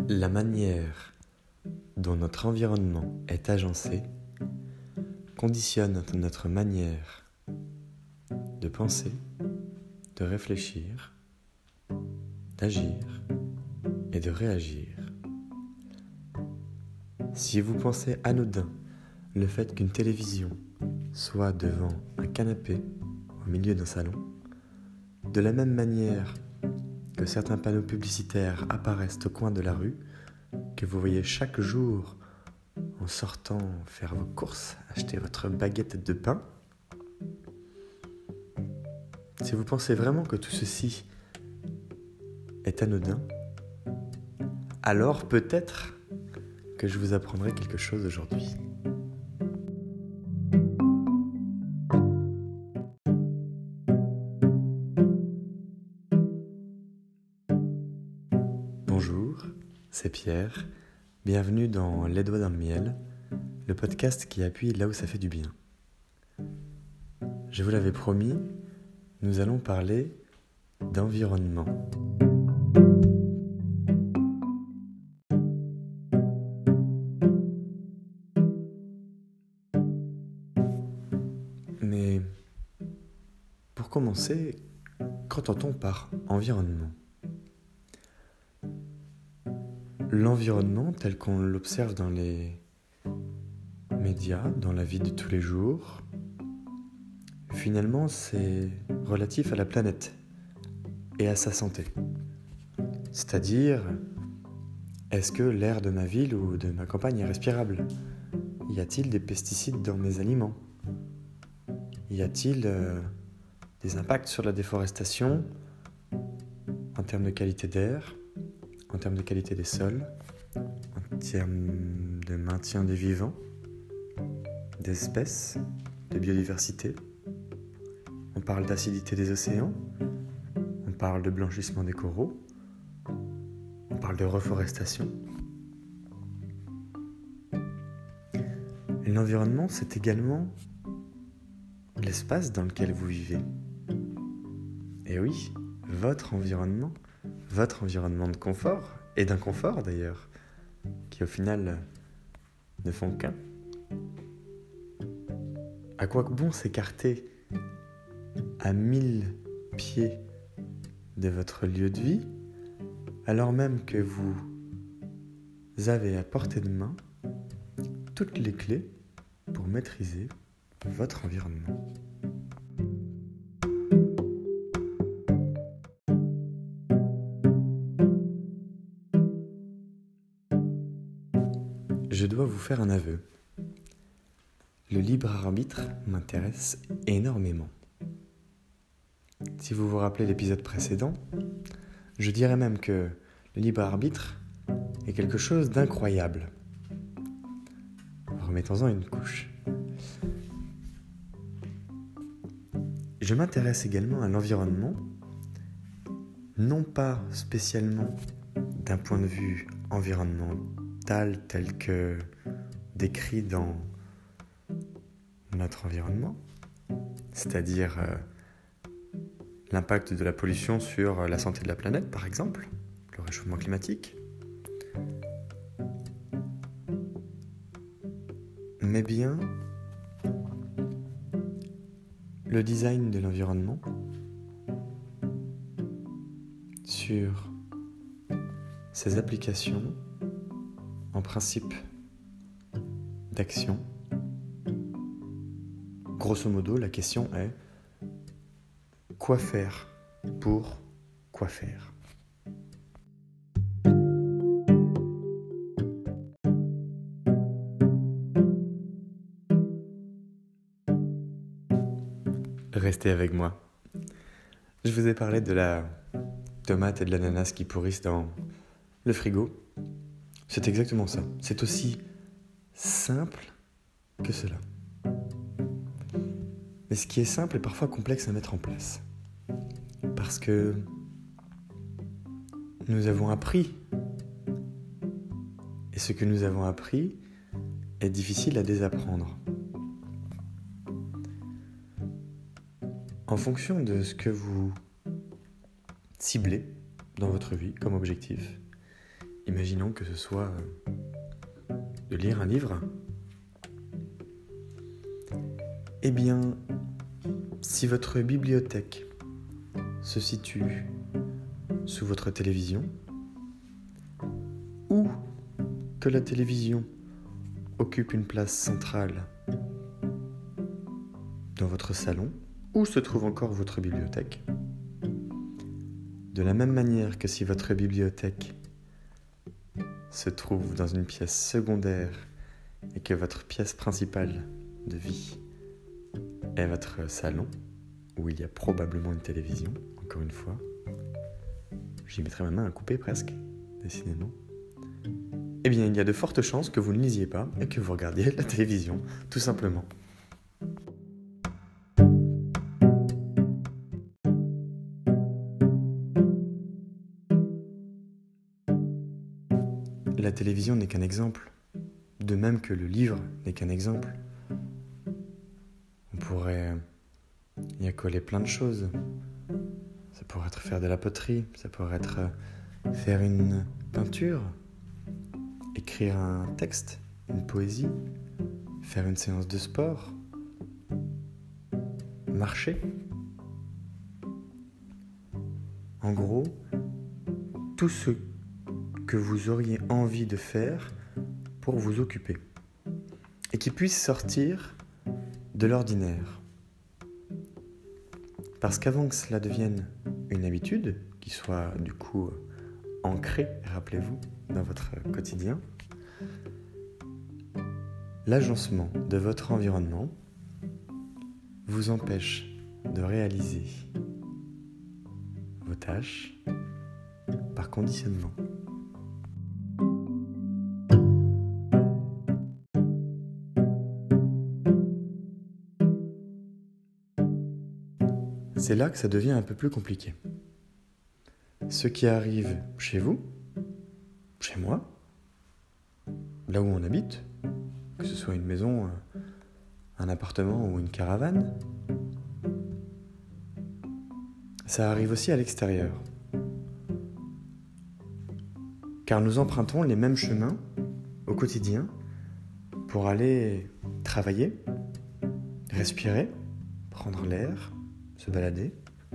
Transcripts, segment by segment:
La manière dont notre environnement est agencé conditionne notre manière de penser, de réfléchir, d'agir et de réagir. Si vous pensez anodin le fait qu'une télévision soit devant un canapé au milieu d'un salon, de la même manière que certains panneaux publicitaires apparaissent au coin de la rue, que vous voyez chaque jour en sortant faire vos courses, acheter votre baguette de pain, si vous pensez vraiment que tout ceci est anodin, alors peut-être que je vous apprendrai quelque chose aujourd'hui. Bonjour, c'est Pierre. Bienvenue dans Les Doigts dans le Miel, le podcast qui appuie là où ça fait du bien. Je vous l'avais promis, nous allons parler d'environnement. Mais pour commencer, qu'entend-on par environnement ? L'environnement tel qu'on l'observe dans les médias, dans la vie de tous les jours, finalement c'est relatif à la planète et à sa santé. C'est-à-dire, est-ce que l'air de ma ville ou de ma campagne est respirable ? Y a-t-il des pesticides dans mes aliments ? Y a-t-il des impacts sur la déforestation en termes de qualité d'air, en termes de qualité des sols, en termes de maintien des vivants, d'espèces, de biodiversité. On parle d'acidité des océans, on parle de blanchissement des coraux, on parle de reforestation. Et l'environnement, c'est également l'espace dans lequel vous vivez. Et oui, votre environnement de confort, et d'inconfort d'ailleurs, qui au final ne font qu'un. À quoi bon s'écarter à 1000 pieds de votre lieu de vie, alors même que vous avez à portée de main toutes les clés pour maîtriser votre environnement. Je dois vous faire un aveu. Le libre arbitre m'intéresse énormément. Si vous vous rappelez l'épisode précédent, je dirais même que le libre arbitre est quelque chose d'incroyable. Remettons-en une couche. Je m'intéresse également à l'environnement, non pas spécialement d'un point de vue environnemental tel que décrit dans notre environnement, c'est-à-dire l'impact de la pollution sur la santé de la planète, par exemple, le réchauffement climatique, mais bien le design de l'environnement sur ses applications en principe d'action. Grosso modo, la question est quoi faire pour quoi faire ? Restez avec moi. Je vous ai parlé de la tomate et de l'ananas qui pourrissent dans le frigo. C'est exactement ça. C'est aussi simple que cela. Mais ce qui est simple est parfois complexe à mettre en place. Parce que nous avons appris. Et ce que nous avons appris est difficile à désapprendre. En fonction de ce que vous ciblez dans votre vie comme objectif, Imaginons que ce soit de lire un livre. Eh bien, si votre bibliothèque se situe sous votre télévision, ou que la télévision occupe une place centrale dans votre salon, où se trouve encore votre bibliothèque, de la même manière que si votre bibliothèque se trouve dans une pièce secondaire et que votre pièce principale de vie est votre salon, où il y a probablement une télévision, encore une fois. J'y mettrai ma main à couper presque, décidément. Eh bien, il y a de fortes chances que vous ne lisiez pas et que vous regardiez la télévision, tout simplement. La télévision n'est qu'un exemple, de même que le livre n'est qu'un exemple. On pourrait y accoler plein de choses. Ça pourrait être faire de la poterie, ça pourrait être faire une peinture, écrire un texte, une poésie, faire une séance de sport, marcher. En gros, tout ce que vous auriez envie de faire pour vous occuper et qui puisse sortir de l'ordinaire. Parce qu'avant que cela devienne une habitude, qui soit du coup ancrée, rappelez-vous, dans votre quotidien, l'agencement de votre environnement vous empêche de réaliser vos tâches par conditionnement. C'est là que ça devient un peu plus compliqué. Ce qui arrive chez vous, chez moi, là où on habite, que ce soit une maison, un appartement ou une caravane, ça arrive aussi à l'extérieur. Car nous empruntons les mêmes chemins au quotidien pour aller travailler, respirer, prendre l'air, se balader,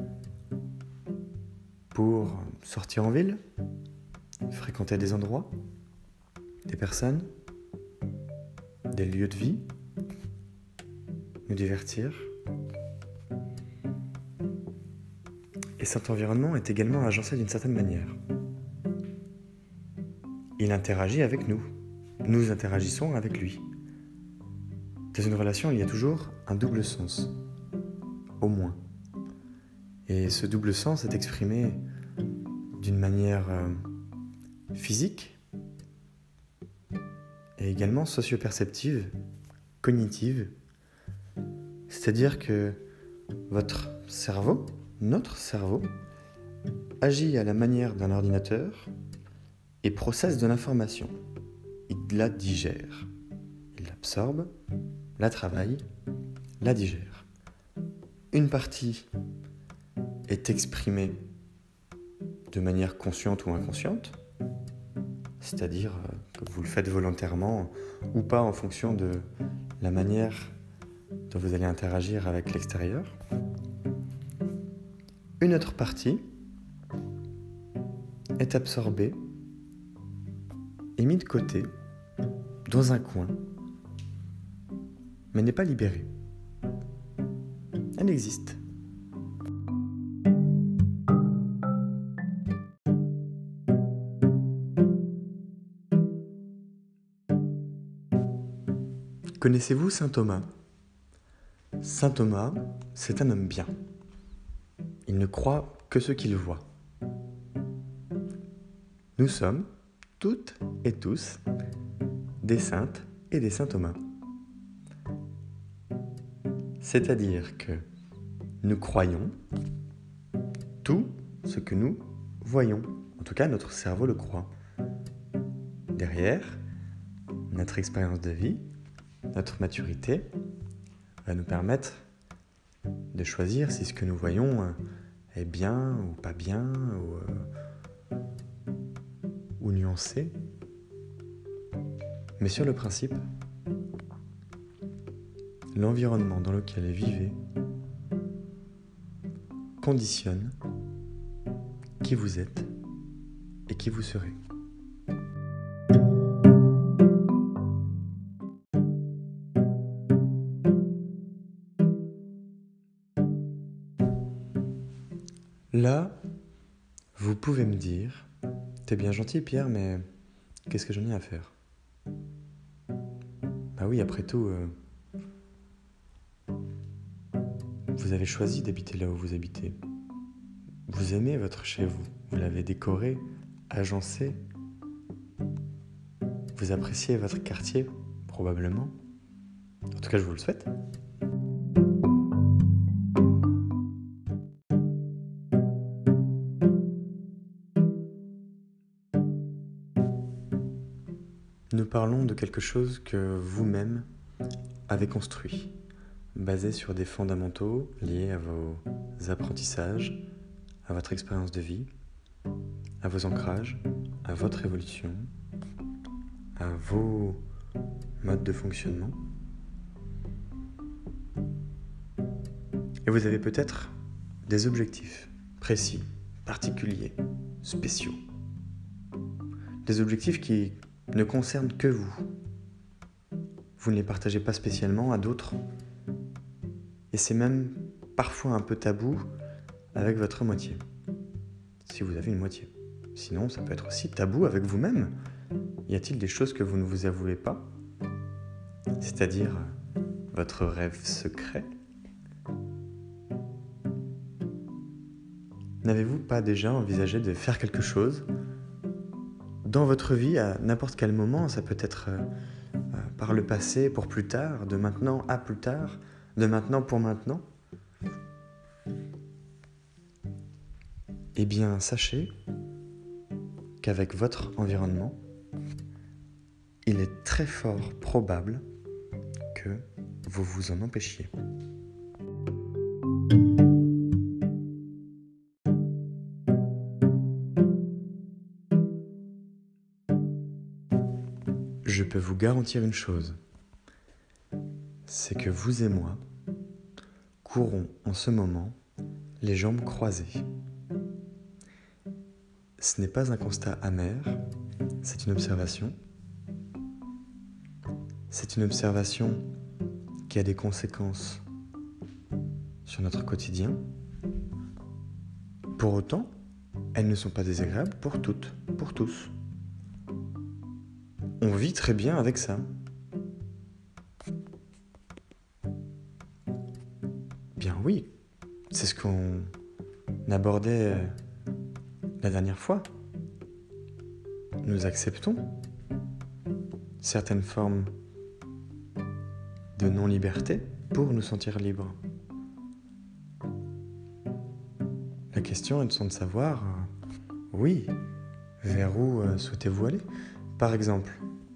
pour sortir en ville, fréquenter des endroits, des personnes, des lieux de vie, nous divertir. Et cet environnement est également agencé d'une certaine manière. Il interagit avec nous, nous interagissons avec lui. Dans une relation, il y a toujours un double sens, au moins. Et ce double sens est exprimé d'une manière physique et également socio-perceptive, cognitive. C'est-à-dire que votre cerveau, notre cerveau, agit à la manière d'un ordinateur et processe de l'information. Il la digère. Il l'absorbe, la travaille, la digère. Une partie est exprimée de manière consciente ou inconsciente, c'est-à-dire que vous le faites volontairement ou pas en fonction de la manière dont vous allez interagir avec l'extérieur. Une autre partie est absorbée et mise de côté dans un coin, mais n'est pas libérée. Elle existe. Connaissez-vous saint Thomas ? Saint Thomas, c'est un homme bien. Il ne croit que ce qu'il voit. Nous sommes, toutes et tous, des saintes et des saints Thomas. C'est-à-dire que nous croyons tout ce que nous voyons. En tout cas, notre cerveau le croit. Derrière, notre expérience de vie, notre maturité va nous permettre de choisir si ce que nous voyons est bien ou pas bien, ou nuancé, mais sur le principe, l'environnement dans lequel vous vivez conditionne qui vous êtes et qui vous serez. Là, vous pouvez me dire, t'es bien gentil Pierre, mais qu'est-ce que j'en ai à faire ? Bah oui, après tout, vous avez choisi d'habiter là où vous habitez. Vous aimez votre chez vous, vous l'avez décoré, agencé. Vous appréciez votre quartier, probablement. En tout cas, je vous le souhaite. Nous parlons de quelque chose que vous-même avez construit, basé sur des fondamentaux liés à vos apprentissages, à votre expérience de vie, à vos ancrages, à votre évolution, à vos modes de fonctionnement. Et vous avez peut-être des objectifs précis, particuliers, spéciaux. Des objectifs qui ne concernent que vous. Vous ne les partagez pas spécialement à d'autres. Et c'est même parfois un peu tabou avec votre moitié. Si vous avez une moitié. Sinon, ça peut être aussi tabou avec vous-même. Y a-t-il des choses que vous ne vous avouez pas ? C'est-à-dire votre rêve secret ? N'avez-vous pas déjà envisagé de faire quelque chose dans votre vie à n'importe quel moment ? Ça peut être par le passé pour plus tard, de maintenant à plus tard, de maintenant pour maintenant. Eh bien, sachez qu'avec votre environnement, il est très fort probable que vous vous en empêchiez. Je peux vous garantir une chose, c'est que vous et moi courons en ce moment les jambes croisées. Ce n'est pas un constat amer, c'est une observation. C'est une observation qui a des conséquences sur notre quotidien. Pour autant, elles ne sont pas désagréables pour toutes, pour tous. On vit très bien avec ça. Bien oui, c'est ce qu'on abordait la dernière fois. Nous acceptons certaines formes de non-liberté pour nous sentir libres. La question est de savoir, oui, vers où souhaitez-vous aller ? Par exemple,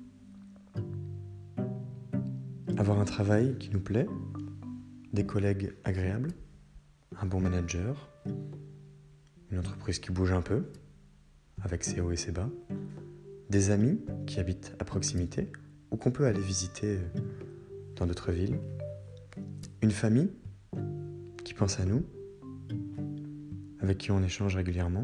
avoir un travail qui nous plaît, des collègues agréables, un bon manager, une entreprise qui bouge un peu, avec ses hauts et ses bas, des amis qui habitent à proximité ou qu'on peut aller visiter dans d'autres villes, une famille qui pense à nous, avec qui on échange régulièrement,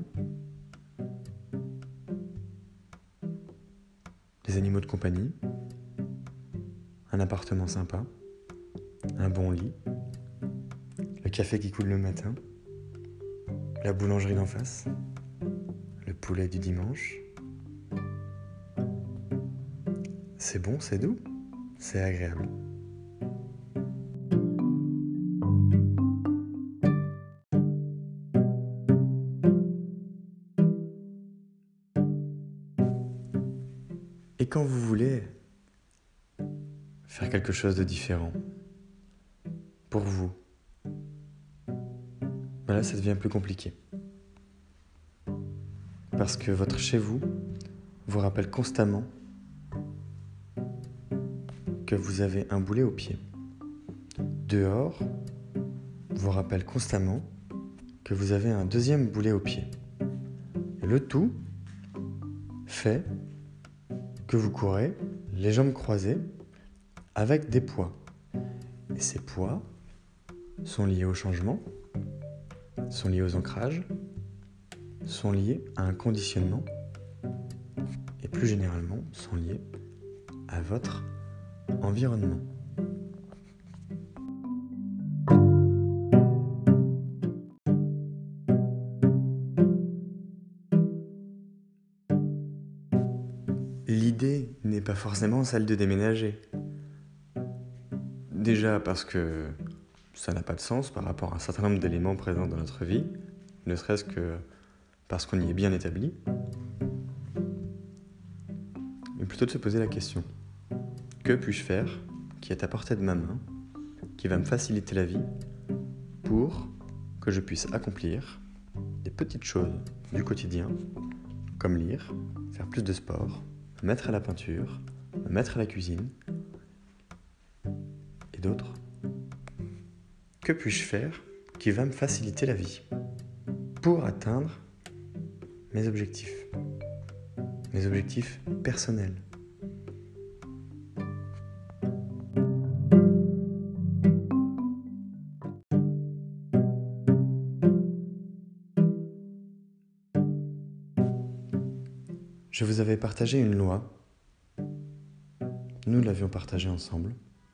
des animaux de compagnie, un appartement sympa, un bon lit, le café qui coule le matin, la boulangerie d'en face, le poulet du dimanche. C'est bon, c'est doux, c'est agréable. Et quand vous voulez faire quelque chose de différent, pour vous, ben là ça devient plus compliqué. Parce que votre chez vous vous rappelle constamment que vous avez un boulet au pied. Dehors vous rappelle constamment que vous avez un deuxième boulet au pied. Et le tout fait que vous courez les jambes croisées avec des poids. Et ces poids sont liés au changement, sont liés aux ancrages, sont liés à un conditionnement et plus généralement sont liés à votre environnement. L'idée n'est pas forcément celle de déménager. Déjà parce que ça n'a pas de sens par rapport à un certain nombre d'éléments présents dans notre vie, ne serait-ce que parce qu'on y est bien établi, mais plutôt de se poser la question, que puis-je faire qui est à portée de ma main, qui va me faciliter la vie pour que je puisse accomplir des petites choses du quotidien, comme lire, faire plus de sport, me mettre à la peinture, me mettre à la cuisine, et d'autres. Que puis-je faire qui va me faciliter la vie pour atteindre mes objectifs personnels. Je vous avais partagé une loi. Nous l'avions partagée ensemble.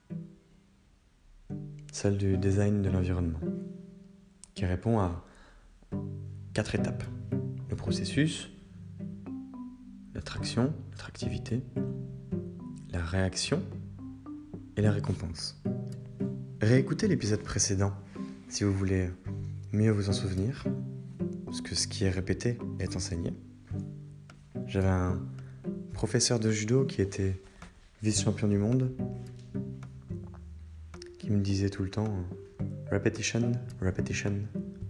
Celle du design de l'environnement, qui répond à 4 étapes. Le processus, l'attraction, l'attractivité, la réaction et la récompense. Réécoutez l'épisode précédent si vous voulez mieux vous en souvenir, parce que ce qui est répété est enseigné. J'avais un professeur de judo qui était vice-champion du monde, qui me disait tout le temps « repetition, repetition, repetition ».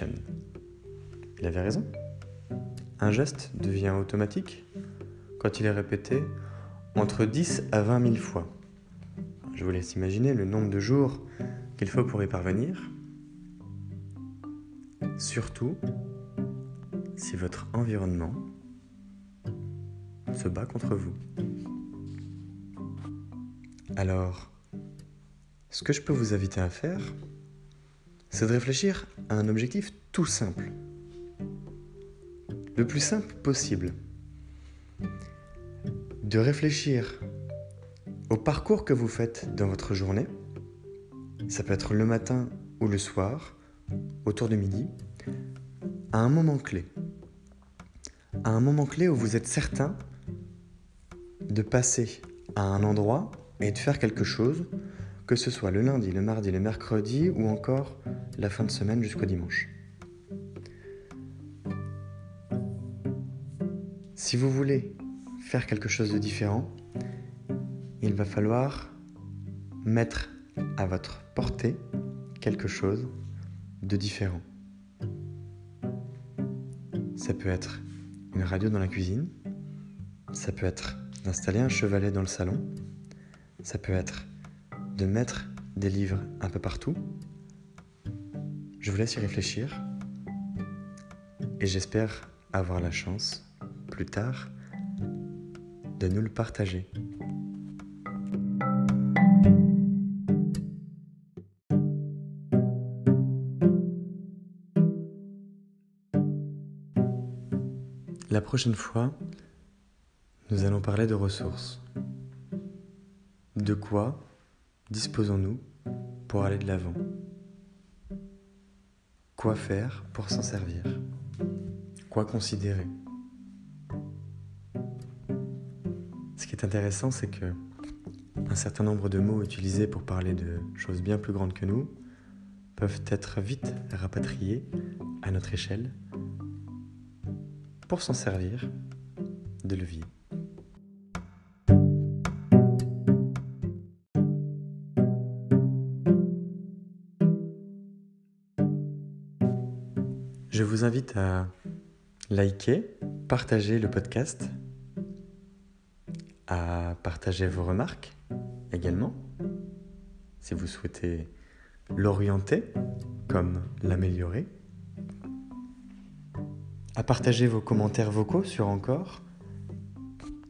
Il avait raison. Un geste devient automatique quand il est répété entre 10 à 20 000 fois. Je vous laisse imaginer le nombre de jours qu'il faut pour y parvenir. Surtout si votre environnement se bat contre vous. Alors, ce que je peux vous inviter à faire, c'est de réfléchir à un objectif tout simple. Le plus simple possible. De réfléchir au parcours que vous faites dans votre journée. Ça peut être le matin ou le soir, autour de midi, à un moment clé. À un moment clé où vous êtes certain de passer à un endroit et de faire quelque chose, que ce soit le lundi, le mardi, le mercredi ou encore la fin de semaine jusqu'au dimanche. Si vous voulez faire quelque chose de différent, il va falloir mettre à votre portée quelque chose de différent. Ça peut être une radio dans la cuisine, ça peut être d'installer un chevalet dans le salon, ça peut être de mettre des livres un peu partout. Je vous laisse y réfléchir et j'espère avoir la chance, plus tard, de nous le partager. La prochaine fois, nous allons parler de ressources. De quoi disposons-nous pour aller de l'avant? Quoi faire pour s'en servir? Quoi considérer? Ce qui est intéressant, c'est que un certain nombre de mots utilisés pour parler de choses bien plus grandes que nous peuvent être vite rapatriés à notre échelle pour s'en servir de levier. Je vous invite à liker, partager le podcast, à partager vos remarques également, si vous souhaitez l'orienter comme l'améliorer, à partager vos commentaires vocaux sur Encore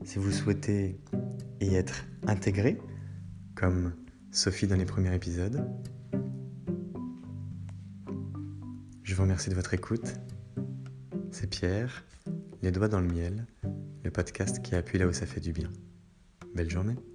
Si vous souhaitez y être intégré, comme Sophie dans les premiers épisodes, je vous remercie de votre écoute. C'est Pierre, Les Doigts dans le Miel, le podcast qui appuie là où ça fait du bien. Belle journée.